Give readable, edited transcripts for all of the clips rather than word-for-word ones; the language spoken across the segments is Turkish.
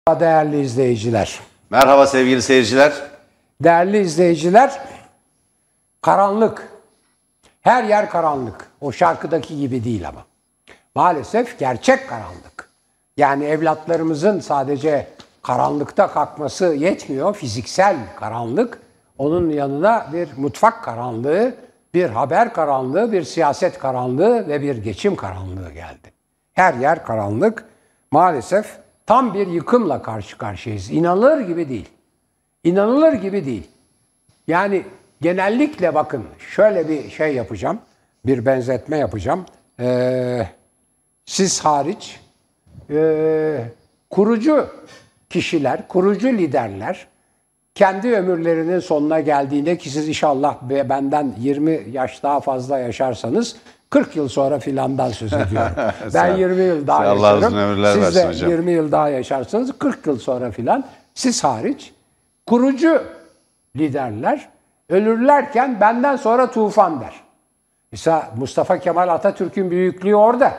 Değerli izleyiciler. Merhaba sevgili seyirciler. Değerli izleyiciler, karanlık. Her yer karanlık. O şarkıdaki gibi değil ama. Maalesef gerçek karanlık. Yani evlatlarımızın sadece karanlıkta kalkması yetmiyor. Fiziksel karanlık. Onun yanına bir mutfak karanlığı, bir haber karanlığı, bir siyaset karanlığı ve bir geçim karanlığı geldi. Her yer karanlık. Maalesef tam bir yıkımla karşı karşıyayız. İnanılır gibi değil. İnanılır gibi değil. Yani genellikle bakın şöyle bir şey yapacağım. Bir benzetme yapacağım. Siz hariç kurucu kişiler, kurucu liderler kendi ömürlerinin sonuna geldiğinde ki siz inşallah benden 20 yaş daha fazla yaşarsanız 40 yıl sonra filandan söz ediyorum. Ben 20 yıl daha yaşarım. Siz de hocam. 20 yıl daha yaşarsanız 40 yıl sonra filan siz hariç kurucu liderler ölürlerken benden sonra tufan der. Mesela Mustafa Kemal Atatürk'ün büyüklüğü orada.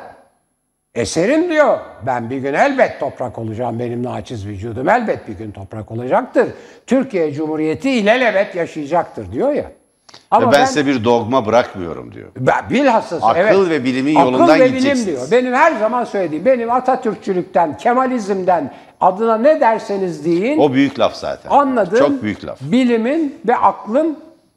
Eserim diyor. Ben bir gün elbet toprak olacağım. Benim naçiz vücudum elbet bir gün toprak olacaktır. Türkiye Cumhuriyeti ilelebet yaşayacaktır diyor ya. Ama ben size bir dogma bırakmıyorum diyor. Bilhassa akıl ve bilimin yolundan gideceksiniz. Akıl ve bilim diyor. Benim her zaman söylediğim, benim Atatürkçülükten, Kemalizmden adına ne derseniz deyin. O büyük laf zaten. Anladığım çok büyük laf. Bilimin ve aklın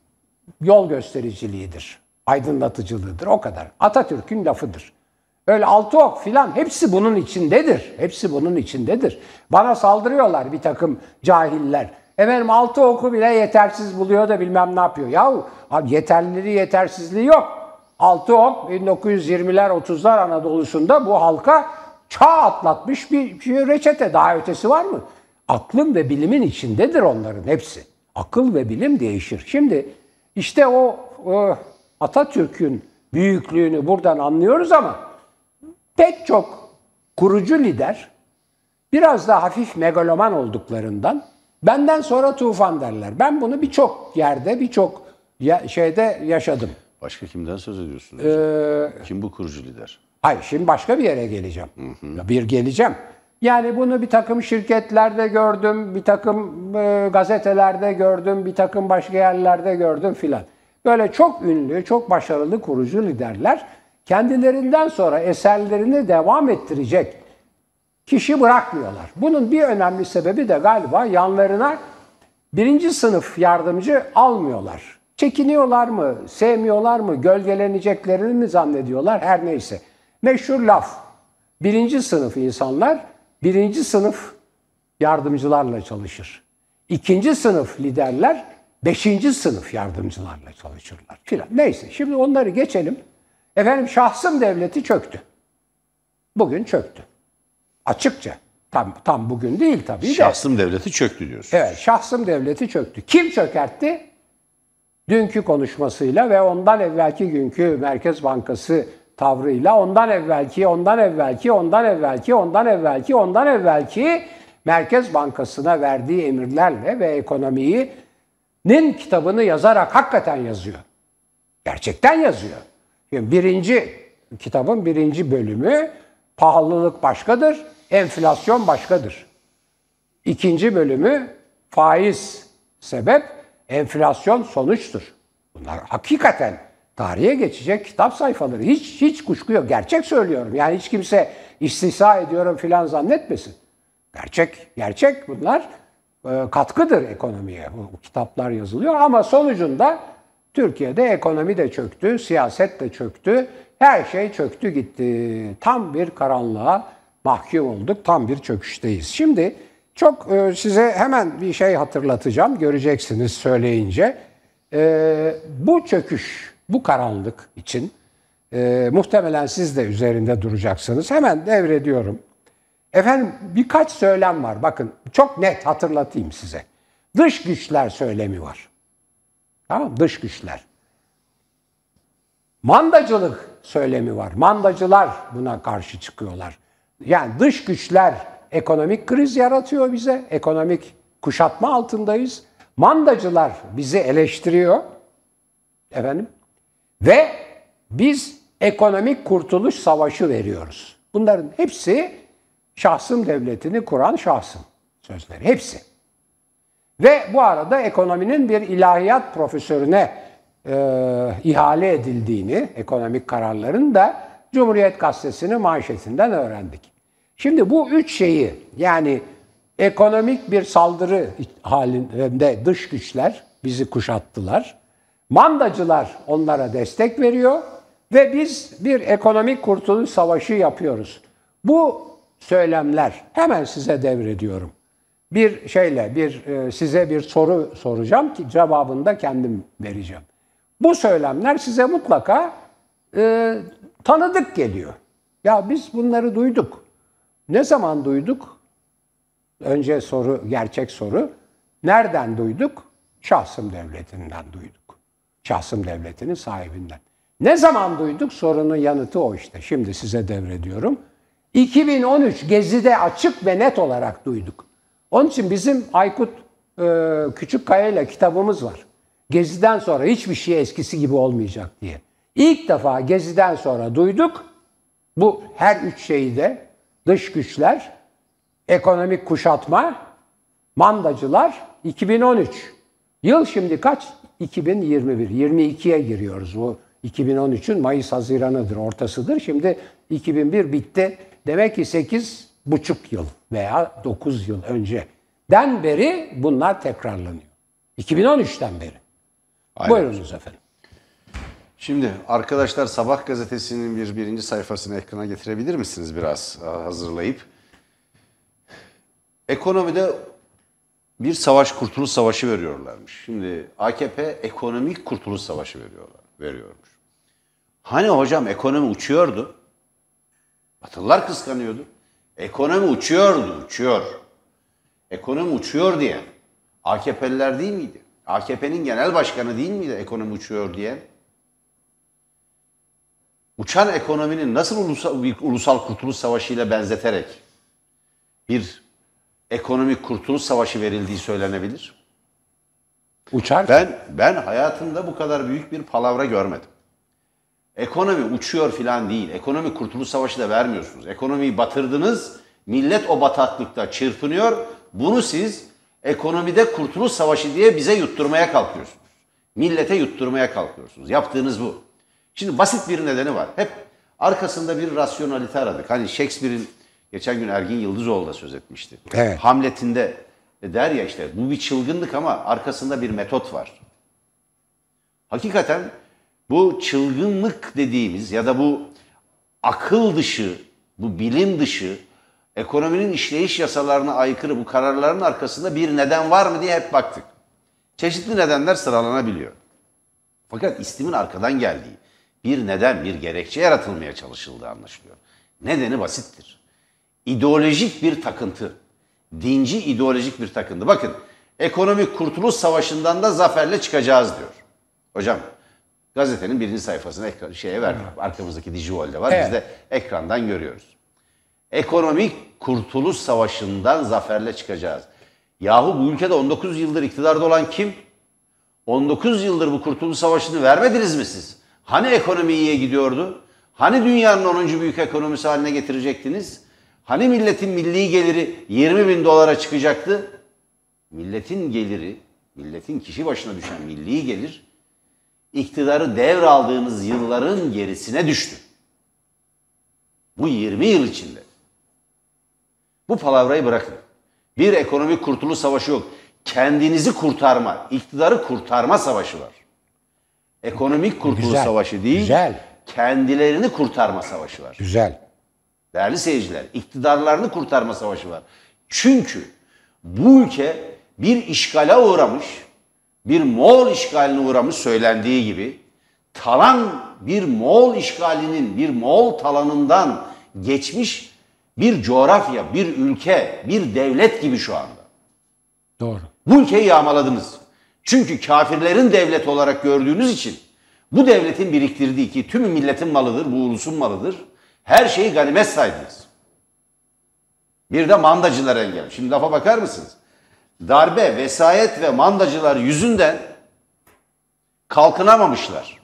yol göstericiliğidir. Aydınlatıcılığıdır. O kadar. Atatürk'ün lafıdır. Öyle altı ok filan hepsi bunun içindedir. Hepsi bunun içindedir. Bana saldırıyorlar bir takım cahiller. Efendim altı oku bile yetersiz buluyor da bilmem ne yapıyor. Yahu yeterliliği yetersizliği yok. Altı ok 1920'ler 30'lar Anadolu'sunda bu halka çağ atlatmış bir reçete. Daha ötesi var mı? Aklın ve bilimin içindedir onların hepsi. Akıl ve bilim değişir. Şimdi işte o Atatürk'ün büyüklüğünü buradan anlıyoruz ama pek çok kurucu lider biraz da hafif megaloman olduklarından benden sonra tufan derler. Ben bunu birçok yerde, birçok şeyde yaşadım. Başka kimden söz ediyorsunuz hocam? Kim bu kurucu lider? Hayır, şimdi başka bir yere geleceğim. Bir geleceğim. Yani bunu bir takım şirketlerde gördüm, bir takım gazetelerde gördüm, bir takım başka yerlerde gördüm filan. Böyle çok ünlü, çok başarılı kurucu liderler kendilerinden sonra eserlerini devam ettirecek kişi bırakmıyorlar. Bunun bir önemli sebebi de galiba yanlarına birinci sınıf yardımcı almıyorlar. Çekiniyorlar mı, sevmiyorlar mı, gölgeleneceklerini mi zannediyorlar, her neyse. Meşhur laf, birinci sınıf insanlar birinci sınıf yardımcılarla çalışır. İkinci sınıf liderler beşinci sınıf yardımcılarla çalışırlar filan. Neyse, şimdi onları geçelim. Efendim şahsım devleti çöktü. Bugün çöktü. Açıkça. Tam bugün değil tabii de. Şahsım devleti çöktü diyorsunuz. Evet, şahsım devleti çöktü. Kim çökertti? Dünkü konuşmasıyla ve ondan evvelki günkü Merkez Bankası tavrıyla ondan evvelki Merkez Bankası'na verdiği emirlerle ve ekonominin kitabını yazarak hakikaten yazıyor. Gerçekten yazıyor. Yani kitabın birinci bölümü pahalılık başkadır, enflasyon başkadır. İkinci bölümü faiz sebep, enflasyon sonuçtur. Bunlar hakikaten tarihe geçecek kitap sayfaları. Hiç kuşku yok. Gerçek söylüyorum. Yani hiç kimse istihza ediyorum filan zannetmesin. Gerçek bunlar katkıdır ekonomiye. Bu kitaplar yazılıyor ama sonucunda Türkiye'de ekonomi de çöktü, siyaset de çöktü, her şey çöktü gitti. Tam bir karanlığa mahkum olduk, tam bir çöküşteyiz. Şimdi çok size hemen bir şey hatırlatacağım, göreceksiniz söyleyince. Bu çöküş, bu karanlık için muhtemelen siz de üzerinde duracaksınız. Hemen devrediyorum. Efendim birkaç söylem var, bakın çok net hatırlatayım size. Dış güçler söylemi var. Tamam, dış güçler. Mandacılık söylemi var. Mandacılar buna karşı çıkıyorlar. Yani dış güçler ekonomik kriz yaratıyor bize. Ekonomik kuşatma altındayız. Mandacılar bizi eleştiriyor. Efendim. Ve biz ekonomik kurtuluş savaşı veriyoruz. Bunların hepsi şahsım devletini kuran şahsım. sözleri. Hepsi. Ve bu arada ekonominin bir ilahiyat profesörüne ihale edildiğini, ekonomik kararların da Cumhuriyet Gazetesi'nin manşetinden öğrendik. Şimdi bu üç şeyi, yani ekonomik bir saldırı halinde dış güçler bizi kuşattılar. Mandacılar onlara destek veriyor ve biz bir ekonomik kurtuluş savaşı yapıyoruz. Bu söylemler, hemen size devrediyorum. Size bir soru soracağım ki cevabını da kendim vereceğim. Bu söylemler size mutlaka tanıdık geliyor. Ya biz bunları duyduk. Ne zaman duyduk? Önce gerçek soru. Nereden duyduk? Şahsım devletinden duyduk. Şahsım devletinin sahibinden. Ne zaman duyduk? Sorunun yanıtı o işte. Şimdi size devrediyorum. 2013 Gezi'de açık ve net olarak duyduk. Onun için bizim Aykut Küçükkaya ile kitabımız var. Gezi'den sonra hiçbir şey eskisi gibi olmayacak diye. İlk defa Gezi'den sonra duyduk. Bu her üç şeyi de dış güçler, ekonomik kuşatma, mandacılar 2013. Yıl şimdi kaç? 2021. 22'ye giriyoruz. Bu 2013'ün Mayıs-Haziran'ıdır, ortasıdır. Şimdi 2001 bitti. Demek ki 8,5 yıl veya 9 yıl önceden beri bunlar tekrarlanıyor. 2013'ten beri. Aynen. Buyurunuz efendim. Şimdi arkadaşlar Sabah gazetesinin birinci sayfasını ekrana getirebilir misiniz biraz hazırlayıp? Ekonomide bir kurtuluş savaşı veriyorlarmış. Şimdi AKP ekonomik kurtuluş savaşı veriyormuş. Hani hocam ekonomi uçuyordu. Batılılar kıskanıyordu. Ekonomi uçuyor. Ekonomi uçuyor diyen AKP'liler değil miydi? AKP'nin genel başkanı değil miydi ekonomi uçuyor diyen? Uçan ekonominin nasıl ulusal kurtuluş savaşıyla benzeterek bir ekonomik kurtuluş savaşı verildiği söylenebilir? Uçar. Ben hayatımda bu kadar büyük bir palavra görmedim. Ekonomi uçuyor filan değil. Ekonomik kurtuluş savaşı da vermiyorsunuz. Ekonomiyi batırdınız. Millet o bataklıkta çırpınıyor. Bunu siz ekonomide kurtuluş savaşı diye bize yutturmaya kalkıyorsunuz. Millete yutturmaya kalkıyorsunuz. Yaptığınız bu. Şimdi basit bir nedeni var. Hep arkasında bir rasyonalite aradık. Hani Shakespeare'in geçen gün Ergin Yıldızoğlu da söz etmişti. Evet. Hamlet'inde der ya işte bu bir çılgınlık ama arkasında bir metot var. Hakikaten bu çılgınlık dediğimiz ya da bu akıl dışı, bu bilim dışı, ekonominin işleyiş yasalarına aykırı bu kararların arkasında bir neden var mı diye hep baktık. Çeşitli nedenler sıralanabiliyor. Fakat istimin arkadan geldiği bir neden, bir gerekçe yaratılmaya çalışıldığı anlaşılıyor. Nedeni basittir. İdeolojik bir takıntı. Dinci ideolojik bir takıntı. Bakın, ekonomik kurtuluş savaşından da zaferle çıkacağız diyor. Hocam, gazetenin birinci sayfasına verdik. Arkamızdaki Dijivol'de var. Evet. Biz de ekrandan görüyoruz. Ekonomik kurtuluş savaşından zaferle çıkacağız. Yahu bu ülkede 19 yıldır iktidarda olan kim? 19 yıldır bu kurtuluş savaşını vermediniz mi siz? Hani ekonomi iyiye gidiyordu? Hani dünyanın 10. büyük ekonomisi haline getirecektiniz? Hani milletin milli geliri 20 bin dolara çıkacaktı? Milletin geliri, milletin kişi başına düşen milli gelir, iktidarı devraldığınız yılların gerisine düştü. Bu 20 yıl içinde. Bu palavrayı bırakın. Bir ekonomik kurtuluş savaşı yok. Kendinizi kurtarma, iktidarı kurtarma savaşı var. Ekonomik kurtuluş savaşı değil, kendilerini kurtarma savaşı var. Güzel. Değerli seyirciler, iktidarlarını kurtarma savaşı var. Çünkü bu ülke bir işgale uğramış, bir Moğol işgaline uğramış söylendiği gibi, talan bir Moğol işgalinin, bir Moğol talanından geçmiş bir coğrafya, bir ülke, bir devlet gibi şu anda. Doğru. Bu ülkeyi yağmaladınız. Çünkü kafirlerin devlet olarak gördüğünüz için bu devletin biriktirdiği ki tüm milletin malıdır, bu ulusun malıdır. Her şeyi ganimet saydınız. Bir de mandacılar engel. Şimdi lafa bakar mısınız? Darbe, vesayet ve mandacılar yüzünden kalkınamamışlar.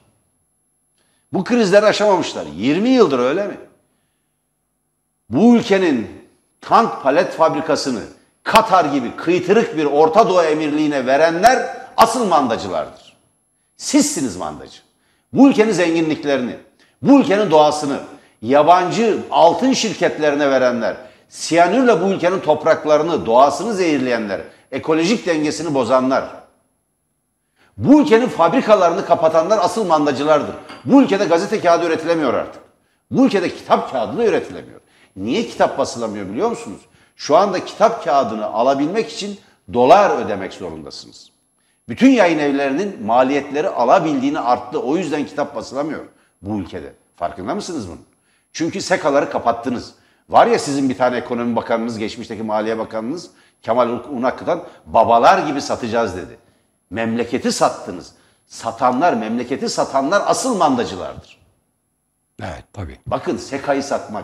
Bu krizleri aşamamışlar. 20 yıldır öyle mi? Bu ülkenin tank palet fabrikasını Katar gibi kıytırık bir Orta Doğu emirliğine verenler asıl mandacılardır. Sizsiniz mandacı. Bu ülkenin zenginliklerini, bu ülkenin doğasını yabancı altın şirketlerine verenler, siyanürle bu ülkenin topraklarını, doğasını zehirleyenler, ekolojik dengesini bozanlar, bu ülkenin fabrikalarını kapatanlar asıl mandacılardır. Bu ülkede gazete kağıdı üretilemiyor artık. Bu ülkede kitap kağıdı da üretilemiyor. Niye kitap basılamıyor biliyor musunuz? Şu anda kitap kağıdını alabilmek için dolar ödemek zorundasınız. Bütün yayın evlerinin maliyetleri alabildiğini arttı. O yüzden kitap basılamıyor bu ülkede. Farkında mısınız bunun? Çünkü SEKA'ları kapattınız. Var ya sizin bir tane ekonomi bakanınız, geçmişteki maliye bakanınız Kemal Unaklı'dan babalar gibi satacağız dedi. Memleketi sattınız. Satanlar, memleketi satanlar asıl mandacılardır. Evet, tabii. Bakın SEKA'yı satmak,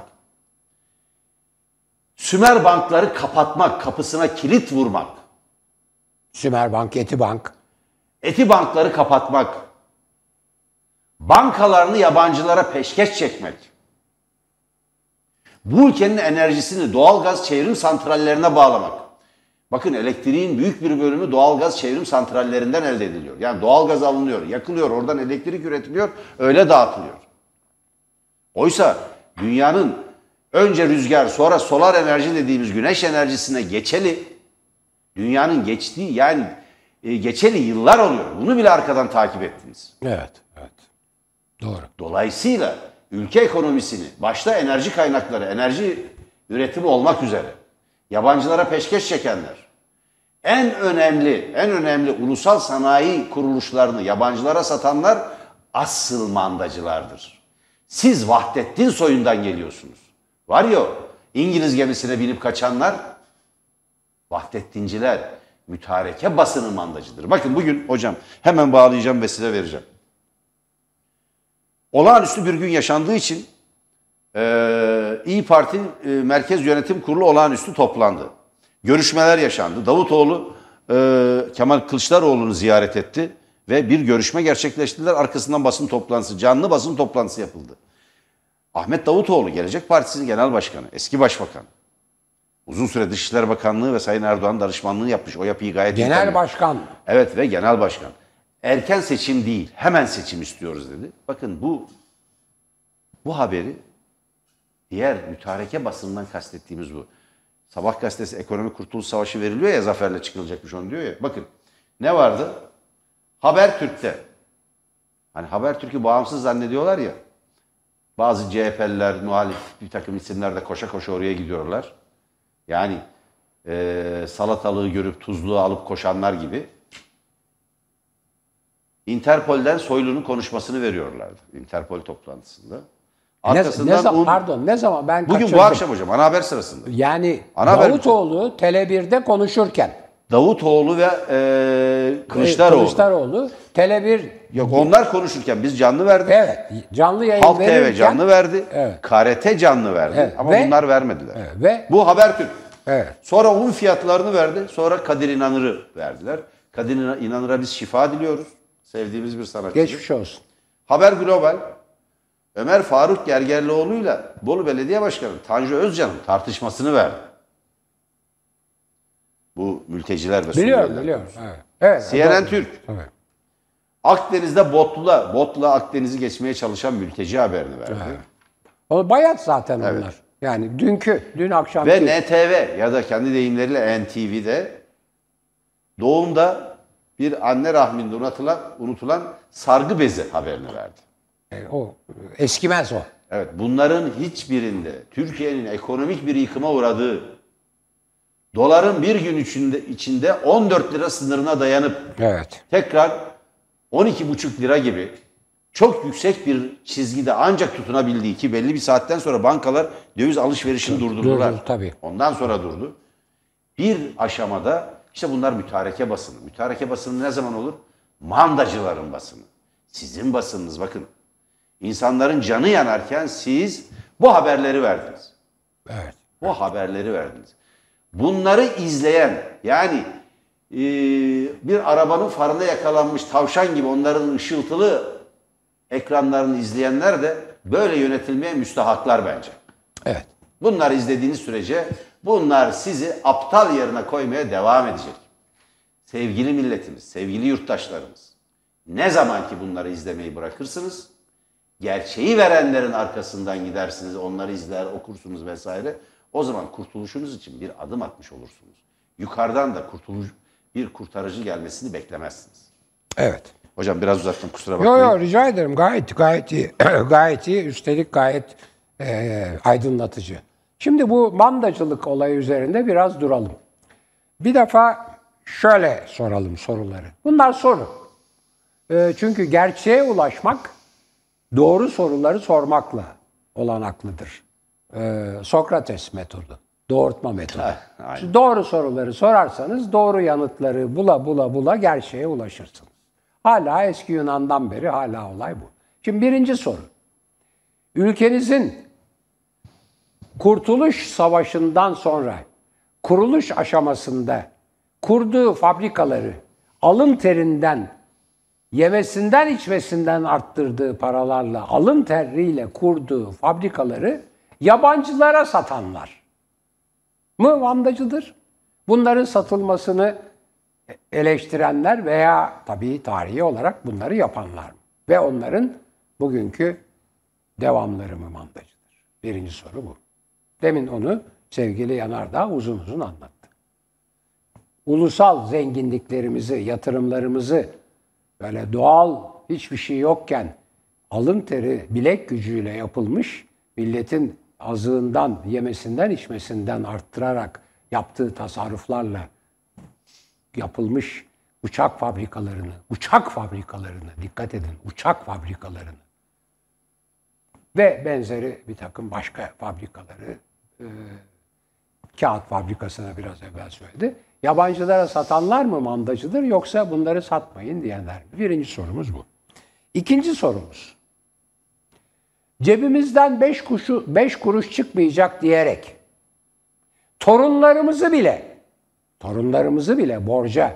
Sümer bankları kapatmak, kapısına kilit vurmak, Sümerbank, Etibank. Etibankları kapatmak, bankalarını yabancılara peşkeş çekmek, bu ülkenin enerjisini doğalgaz çevrim santrallerine bağlamak. Bakın elektriğin büyük bir bölümü doğalgaz çevrim santrallerinden elde ediliyor. Yani doğalgaz alınıyor, yakılıyor, oradan elektrik üretiliyor, öyle dağıtılıyor. Oysa dünyanın önce rüzgar, sonra solar enerji dediğimiz güneş enerjisine geçeli, dünyanın geçtiği yani geçeli yıllar oluyor. Bunu bile arkadan takip ettiniz. Evet, evet. Doğru. Dolayısıyla ülke ekonomisini, başta enerji kaynakları, enerji üretimi olmak üzere yabancılara peşkeş çekenler, en önemli ulusal sanayi kuruluşlarını yabancılara satanlar asıl mandacılardır. Siz Vahdettin soyundan geliyorsunuz. Var ya İngiliz gemisine binip kaçanlar Vahdettinciler, mütareke basının mandacıdır. Bakın bugün hocam hemen bağlayacağım ve size vereceğim. Olağanüstü bir gün yaşandığı için İYİ Parti Merkez Yönetim Kurulu olağanüstü toplandı. Görüşmeler yaşandı. Davutoğlu Kemal Kılıçdaroğlu'nu ziyaret etti ve bir görüşme gerçekleştirdiler. Arkasından basın toplantısı, canlı basın toplantısı yapıldı. Ahmet Davutoğlu, Gelecek Partisi'nin genel başkanı, eski başbakan. Uzun süre Dışişleri Bakanlığı ve Sayın Erdoğan danışmanlığı yapmış. O yapıyı gayet iyi tanıyor. Genel başkan. Evet ve genel başkan. Erken seçim değil, hemen seçim istiyoruz dedi. Bakın bu haberi diğer mütareke basından kastettiğimiz bu. Sabah gazetesi Ekonomi Kurtuluş Savaşı veriliyor ya, zaferle çıkılacakmış onu diyor ya. Bakın ne vardı? Habertürk'te. Hani Habertürk'ü bağımsız zannediyorlar ya. Bazı CHP'liler, muhalif bir takım isimler de koşa koşa oraya gidiyorlar. Yani salatalığı görüp tuzluğu alıp koşanlar gibi. Interpol'den Soylu'nun konuşmasını veriyorlardı. Interpol toplantısında. Pardon ne zaman ben bugün kaçırdım. Bu akşam hocam ana haber sırasında. Yani ana Davutoğlu Tele1'de konuşurken. Davutoğlu ve Kılıçdaroğlu Tele1. Yok onlar konuşurken biz canlı verdik. Evet. Canlı yayın Halk verirken. TV canlı verdi. Evet. KRT canlı verdi. Evet. Ama bunlar vermediler. Evet. Ve bu Habertürk. Evet. Sonra un fiyatlarını verdi. Sonra Kadir İnanır'ı verdiler. Kadir İnanır'a biz şifa diliyoruz. Sevdiğimiz bir sanatçı. Geçmiş olsun. Haber Global, Ömer Faruk Gergerlioğlu'yla Bolu Belediye Başkanı Tanju Özcan'ın tartışmasını verdi. Bu mülteciler ve Suriyeliler. Biliyorum. Evet. CNN Türk. Evet. Akdeniz'de botla Akdeniz'i geçmeye çalışan mülteci haberini verdi. Evet. O bayat zaten Evet. onlar. Yani dün akşam. Ve NTV ya da kendi deyimleriyle NTV'de doğumda bir anne rahminde unutulan sargı bezi haberini verdi. O eskimez o. Evet, bunların hiçbirinde Türkiye'nin ekonomik bir yıkıma uğradığı, doların bir gün içinde 14 lira sınırına dayanıp Evet. tekrar 12,5 lira gibi çok yüksek bir çizgide ancak tutunabildiği ki belli bir saatten sonra bankalar döviz alışverişini durdurdular. Durdu, tabii. Ondan sonra durdu. Bir aşamada işte bunlar mütareke basını. Mütareke basını ne zaman olur? Mandacıların basını. Sizin basınınız bakın. İnsanların canı yanarken siz bu haberleri verdiniz. Evet. Bu haberleri verdiniz. Bunları izleyen yani bir arabanın farına yakalanmış tavşan gibi onların ışıltılı ekranlarını izleyenler de böyle yönetilmeye müstahaklar bence. Evet. Bunları izlediğiniz sürece bunlar sizi aptal yerine koymaya devam edecek. Sevgili milletimiz, sevgili yurttaşlarımız, ne zaman ki bunları izlemeyi bırakırsınız, gerçeği verenlerin arkasından gidersiniz, onları izler, okursunuz vesaire. O zaman kurtuluşunuz için bir adım atmış olursunuz. Yukarıdan da bir kurtarıcı gelmesini beklemezsiniz. Evet. Hocam biraz uzattım, kusura bakmayın. Yok rica ederim. Gayet iyi. Gayet iyi. Üstelik gayet aydınlatıcı. Şimdi bu mandacılık olayı üzerinde biraz duralım. Bir defa şöyle soralım soruları. Bunlar soru. Çünkü gerçeğe ulaşmak doğru soruları sormakla olanaklıdır. Sokrates metodu. Doğurtma metodu. Doğru soruları sorarsanız doğru yanıtları bula gerçeğe ulaşırsınız. Hala eski Yunan'dan beri hala olay bu. Şimdi birinci soru. Ülkenizin Kurtuluş Savaşı'ndan sonra kuruluş aşamasında kurduğu fabrikaları alın terinden, yemesinden içmesinden arttırdığı paralarla, alın teriyle kurduğu fabrikaları yabancılara satanlar mı mandacıdır? Bunların satılmasını eleştirenler veya tabii tarihi olarak bunları yapanlar mı? Ve onların bugünkü devamları mı mandacıdır? Birinci soru bu. Demin onu sevgili Yanardağ uzun uzun anlattı. Ulusal zenginliklerimizi, yatırımlarımızı böyle doğal hiçbir şey yokken alın teri, bilek gücüyle yapılmış, milletin azığından, yemesinden, içmesinden arttırarak yaptığı tasarruflarla yapılmış uçak fabrikalarını, dikkat edin, uçak fabrikalarını ve benzeri bir takım başka fabrikaları, kağıt fabrikasına biraz evvel söyledi. Yabancılara satanlar mı mandacıdır yoksa bunları satmayın diyenler mi? Birinci sorumuz bu. İkinci sorumuz. Cebimizden 5 kuruş çıkmayacak diyerek torunlarımızı bile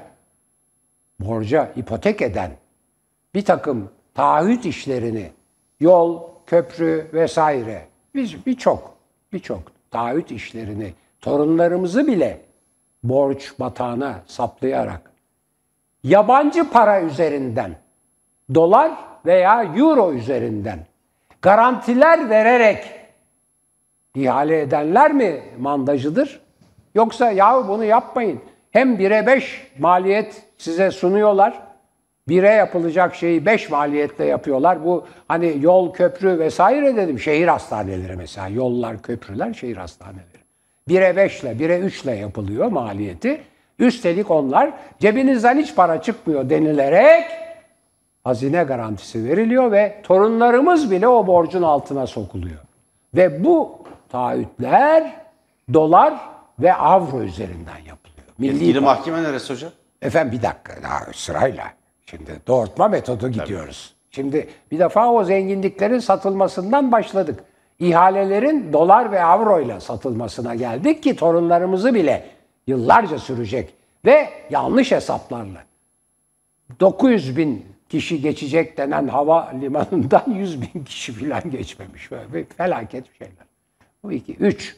borca ipotek eden bir takım taahhüt işlerini, yol, köprü vesaire birçok taahhüt işlerini torunlarımızı bile borç batağına saplayarak yabancı para üzerinden, dolar veya euro üzerinden garantiler vererek ihale edenler mi mandacıdır? Yoksa yahu bunu yapmayın. Hem 1'e 5 maliyet size sunuyorlar. 1'e yapılacak şeyi 5 maliyetle yapıyorlar. Bu hani yol, köprü vesaire dedim. Şehir hastaneleri mesela. Yollar, köprüler, şehir hastaneleri. 1'e 5 ile, 1'e 3 ile yapılıyor maliyeti. Üstelik onlar cebinizden hiç para çıkmıyor denilerek hazine garantisi veriliyor ve torunlarımız bile o borcun altına sokuluyor. Ve bu taahhütler dolar ve avro üzerinden yapılıyor. Yetkili mahkeme neresi hocam? Efendim bir dakika daha sırayla. Şimdi doğurtma metodu gidiyoruz. Tabii. Şimdi bir defa o zenginliklerin satılmasından başladık. İhalelerin dolar ve avro ile satılmasına geldik ki torunlarımızı bile yıllarca sürecek ve yanlış hesaplarla 900 bin kişi geçecek denen havalimanından 100 bin kişi falan geçmemiş. Böyle felaket şeyler. Bu 2. 3.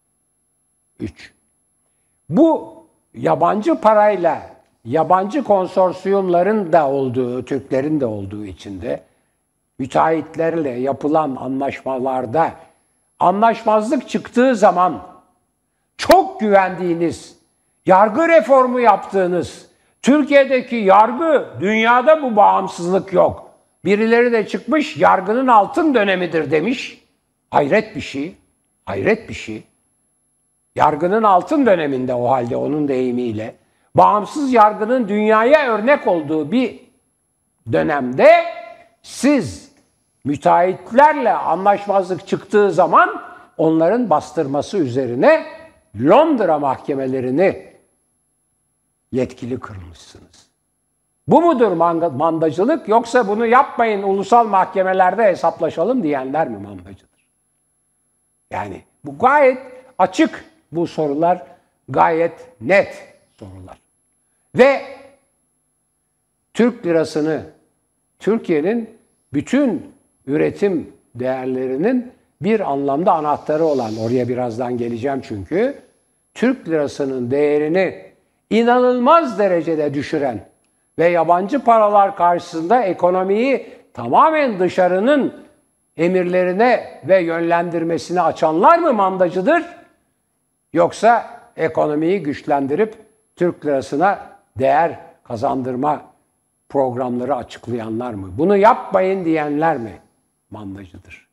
Bu yabancı parayla yabancı konsorsiyumların da olduğu, Türklerin de olduğu içinde müteahhitlerle yapılan anlaşmalarda anlaşmazlık çıktığı zaman çok güvendiğiniz, yargı reformu yaptığınız, Türkiye'deki yargı, dünyada bu bağımsızlık yok. Birileri de çıkmış, yargının altın dönemidir demiş. Hayret bir şey. Yargının altın döneminde o halde onun deyimiyle, bağımsız yargının dünyaya örnek olduğu bir dönemde siz müteahhitlerle anlaşmazlık çıktığı zaman onların bastırması üzerine Londra mahkemelerini yetkili kılmışsınız. Bu mudur mandacılık yoksa bunu yapmayın ulusal mahkemelerde hesaplaşalım diyenler mi mandacıdır? Yani bu gayet açık, bu sorular gayet net sorular. Ve Türk lirasını Türkiye'nin bütün üretim değerlerinin bir anlamda anahtarı olan, oraya birazdan geleceğim çünkü, Türk lirasının değerini inanılmaz derecede düşüren ve yabancı paralar karşısında ekonomiyi tamamen dışarının emirlerine ve yönlendirmesine açanlar mı mandacıdır? Yoksa ekonomiyi güçlendirip Türk lirasına değer kazandırma programları açıklayanlar mı? Bunu yapmayın diyenler mi mandacıdır?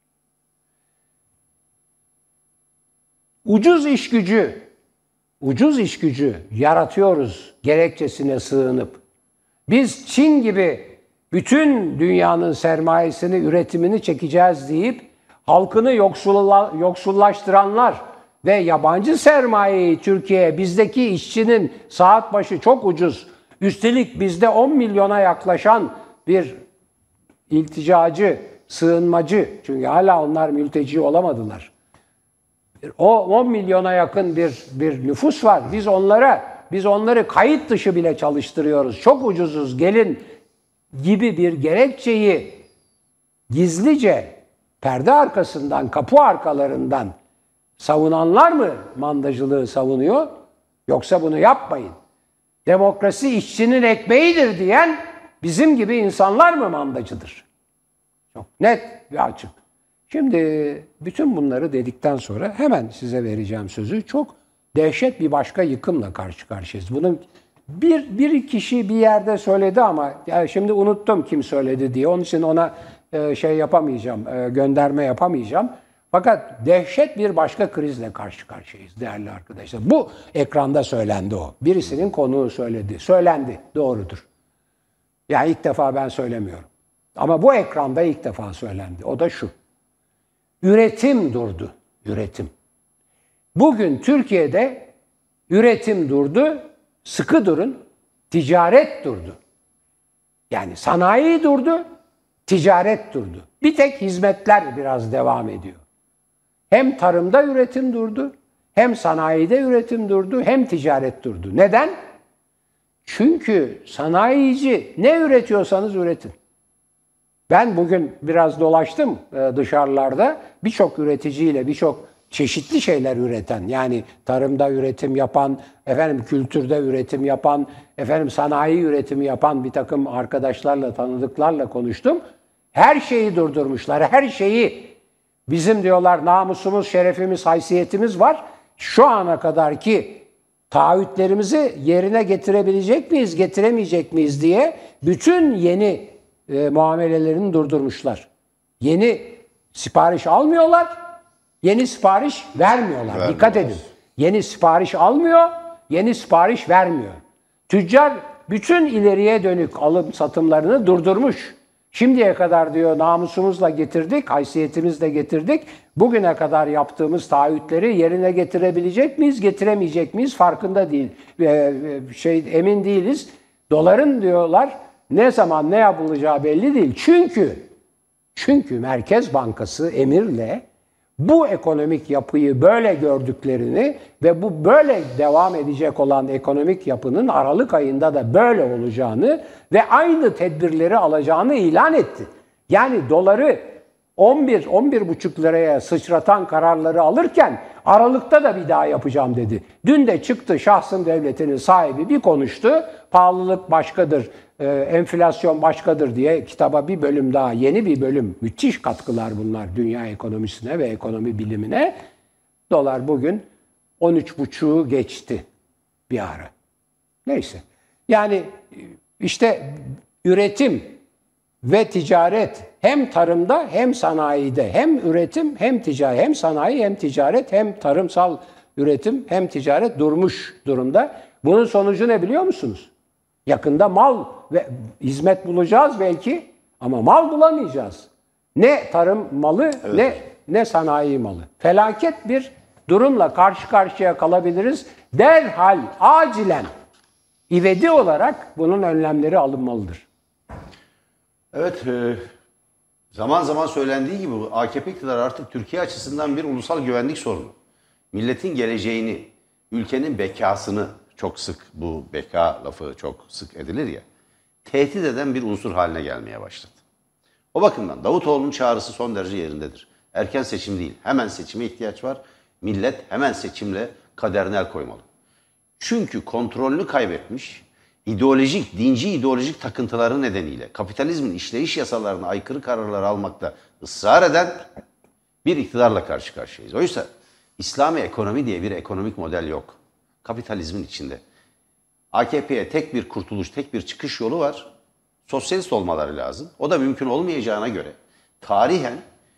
Ucuz iş gücü yaratıyoruz gerekçesine sığınıp. Biz Çin gibi bütün dünyanın sermayesini, üretimini çekeceğiz deyip halkını yoksullaştıranlar ve yabancı sermayeyi Türkiye'ye, bizdeki işçinin saat başı çok ucuz, üstelik bizde 10 milyona yaklaşan bir ilticacı, sığınmacı, çünkü hala onlar mülteci olamadılar. O 10 milyona yakın bir nüfus var. Biz onları kayıt dışı bile çalıştırıyoruz. Çok ucuzuz, gelin gibi bir gerekçeyi gizlice perde arkasından, kapı arkalarından savunanlar mı mandacılığı savunuyor? Yoksa bunu yapmayın, demokrasi işçinin ekmeğidir diyen bizim gibi insanlar mı mandacıdır? Çok net ve açık. Şimdi bütün bunları dedikten sonra hemen size vereceğim sözü. Çok dehşet bir başka yıkımla karşı karşıyayız. Bunun bir kişi bir yerde söyledi ama yani şimdi unuttum kim söyledi diye. Onun için ona şey yapamayacağım, gönderme yapamayacağım. Fakat dehşet bir başka krizle karşı karşıyayız değerli arkadaşlar. Bu ekranda söylendi o. Birisinin konuğu söyledi. Söylendi. Doğrudur. Yani ilk defa ben söylemiyorum. Ama bu ekranda ilk defa söylendi. O da şu. Üretim durdu. Üretim. Bugün Türkiye'de üretim durdu. Sıkı durun. Ticaret durdu. Yani sanayi durdu. Ticaret durdu. Bir tek hizmetler biraz devam ediyor. Hem tarımda üretim durdu, hem sanayide üretim durdu, hem ticaret durdu. Neden? Çünkü sanayici ne üretiyorsanız üretin. Ben bugün biraz dolaştım dışarılarda. Birçok üreticiyle, birçok çeşitli şeyler üreten, yani tarımda üretim yapan, kültürde üretim yapan, sanayi üretimi yapan bir takım arkadaşlarla, tanıdıklarla konuştum. Her şeyi durdurmuşlar, her şeyi. Bizim diyorlar namusumuz, şerefimiz, haysiyetimiz var. Şu ana kadarki taahhütlerimizi yerine getirebilecek miyiz, getiremeyecek miyiz diye bütün yeni muamelelerini durdurmuşlar. Yeni sipariş almıyorlar, yeni sipariş vermiyorlar. Dikkat edin. Yeni sipariş almıyor, yeni sipariş vermiyor. Tüccar bütün ileriye dönük alım satımlarını durdurmuş. Şimdiye kadar diyor namusumuzla getirdik, haysiyetimizle getirdik. Bugüne kadar yaptığımız taahhütleri yerine getirebilecek miyiz, getiremeyecek miyiz farkında değil. Emin değiliz. Doların diyorlar ne zaman ne yapılacağı belli değil. Çünkü Merkez Bankası emirle bu ekonomik yapıyı böyle gördüklerini ve bu böyle devam edecek olan ekonomik yapının Aralık ayında da böyle olacağını ve aynı tedbirleri alacağını ilan etti. Yani doları 11-11,5 liraya sıçratan kararları alırken Aralık'ta da bir daha yapacağım dedi. Dün de çıktı şahsın devletinin sahibi bir konuştu. Pahalılık başkadır, enflasyon başkadır diye kitaba bir bölüm daha, yeni bir bölüm. Müthiş katkılar bunlar dünya ekonomisine ve ekonomi bilimine. Dolar bugün 13,5'u geçti bir ara. Neyse. Yani işte üretim ve ticaret hem tarımda hem sanayide, hem üretim hem ticaret, hem sanayi hem ticaret hem tarımsal üretim hem ticaret durmuş durumda. Bunun sonucu ne biliyor musunuz? Yakında mal ve hizmet bulacağız belki ama mal bulamayacağız. Ne tarım malı ne sanayi malı. Felaket bir durumla karşı karşıya kalabiliriz. Derhal, acilen, ivedi olarak bunun önlemleri alınmalıdır. Evet, zaman zaman söylendiği gibi AKP iktidarı artık Türkiye açısından bir ulusal güvenlik sorunu. Milletin geleceğini, ülkenin bekasını, çok sık bu beka lafı çok sık edilir ya, tehdit eden bir unsur haline gelmeye başladı. O bakımdan Davutoğlu'nun çağrısı son derece yerindedir. Erken seçim değil. Hemen seçime ihtiyaç var. Millet hemen seçimle kaderine el koymalı. Çünkü kontrolünü kaybetmiş, dinci ideolojik takıntıları nedeniyle kapitalizmin işleyiş yasalarına aykırı kararlar almakta ısrar eden bir iktidarla karşı karşıyayız. Oysa İslami ekonomi diye bir ekonomik model yok. Kapitalizmin içinde. AKP'ye tek bir kurtuluş, tek bir çıkış yolu var. Sosyalist olmaları lazım. O da mümkün olmayacağına göre tarihen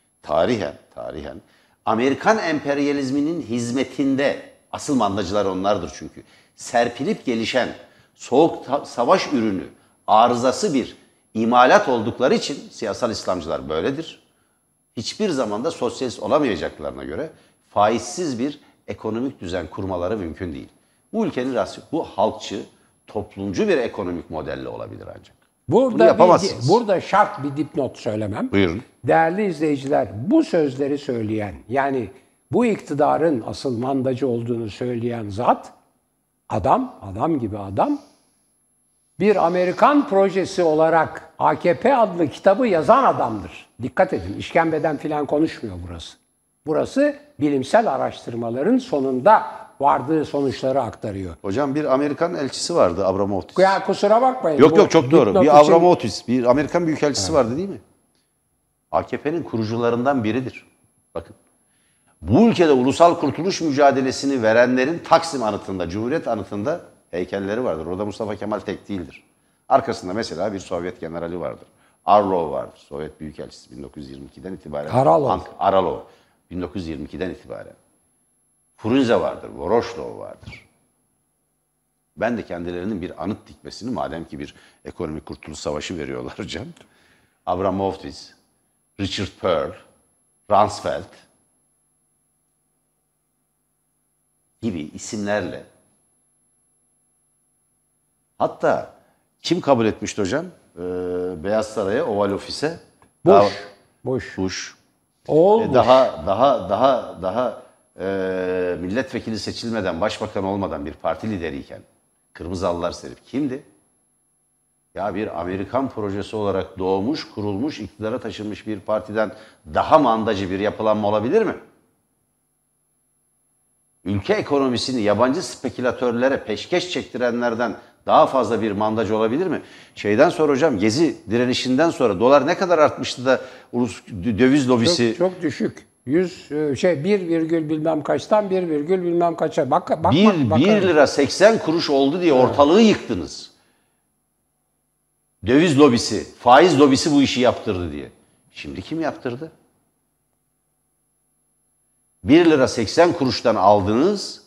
Amerikan emperyalizminin hizmetinde, asıl mandacılar onlardır çünkü, serpilip gelişen soğuk savaş ürünü, arızası bir imalat oldukları için siyasal İslamcılar böyledir. Hiçbir zaman da sosyalist olamayacaklarına göre faizsiz bir ekonomik düzen kurmaları mümkün değil. Bu ülkenin bu halkçı, toplumcu bir ekonomik modelle olabilir ancak. Bunu yapamazsınız. Burada şart bir dipnot söylemem. Buyurun. Değerli izleyiciler, bu sözleri söyleyen, yani bu iktidarın asıl mandacı olduğunu söyleyen zat, adam gibi adam, bir Amerikan projesi olarak AKP adlı kitabı yazan adamdır. Dikkat edin, işkembeden filan konuşmuyor burası. Burası bilimsel araştırmaların sonunda vardığı sonuçları aktarıyor. Hocam bir Amerikan elçisi vardı, Abramovich. Ya kusura bakmayın. Yok çok doğru. Bir Abramovich, bir Amerikan büyükelçisi vardı değil mi? AKP'nin kurucularından biridir. Bakın. Bu ülkede ulusal kurtuluş mücadelesini verenlerin Taksim anıtında, Cumhuriyet anıtında heykelleri vardır. Orada Mustafa Kemal tek değildir. Arkasında mesela bir Sovyet generali vardır. Arlov vardır. Sovyet büyükelçisi 1922'den itibaren. Aralov. 1922'den itibaren. Frunze vardır. Voroshilov vardır. Ben de kendilerinin bir anıt dikmesini, madem ki bir ekonomik kurtuluş savaşı veriyorlar hocam. Abramovich, Richard Pearl, Rumsfeld gibi isimlerle. Hatta kim kabul etmişti hocam? Beyaz Saray'a, Oval Ofis'e? Bush. Olmuş. Daha milletvekili seçilmeden, başbakan olmadan bir parti lideriyken Kırmızı Halılar serip kimdi? Ya bir Amerikan projesi olarak doğmuş, kurulmuş, iktidara taşınmış bir partiden daha mandacı bir yapılanma olabilir mi? Ülke ekonomisini yabancı spekülatörlere peşkeş çektirenlerden daha fazla bir mandacı olabilir mi? Şeyden sonra hocam, Gezi direnişinden sonra dolar ne kadar artmıştı da döviz lobisi... Çok düşük. 1 bilmem kaçtan 1 bilmem kaça. Bak 1 lira 80 kuruş oldu diye ortalığı yıktınız. Döviz lobisi, faiz lobisi bu işi yaptırdı diye. Şimdi kim yaptırdı? 1 lira 80 kuruştan aldınız,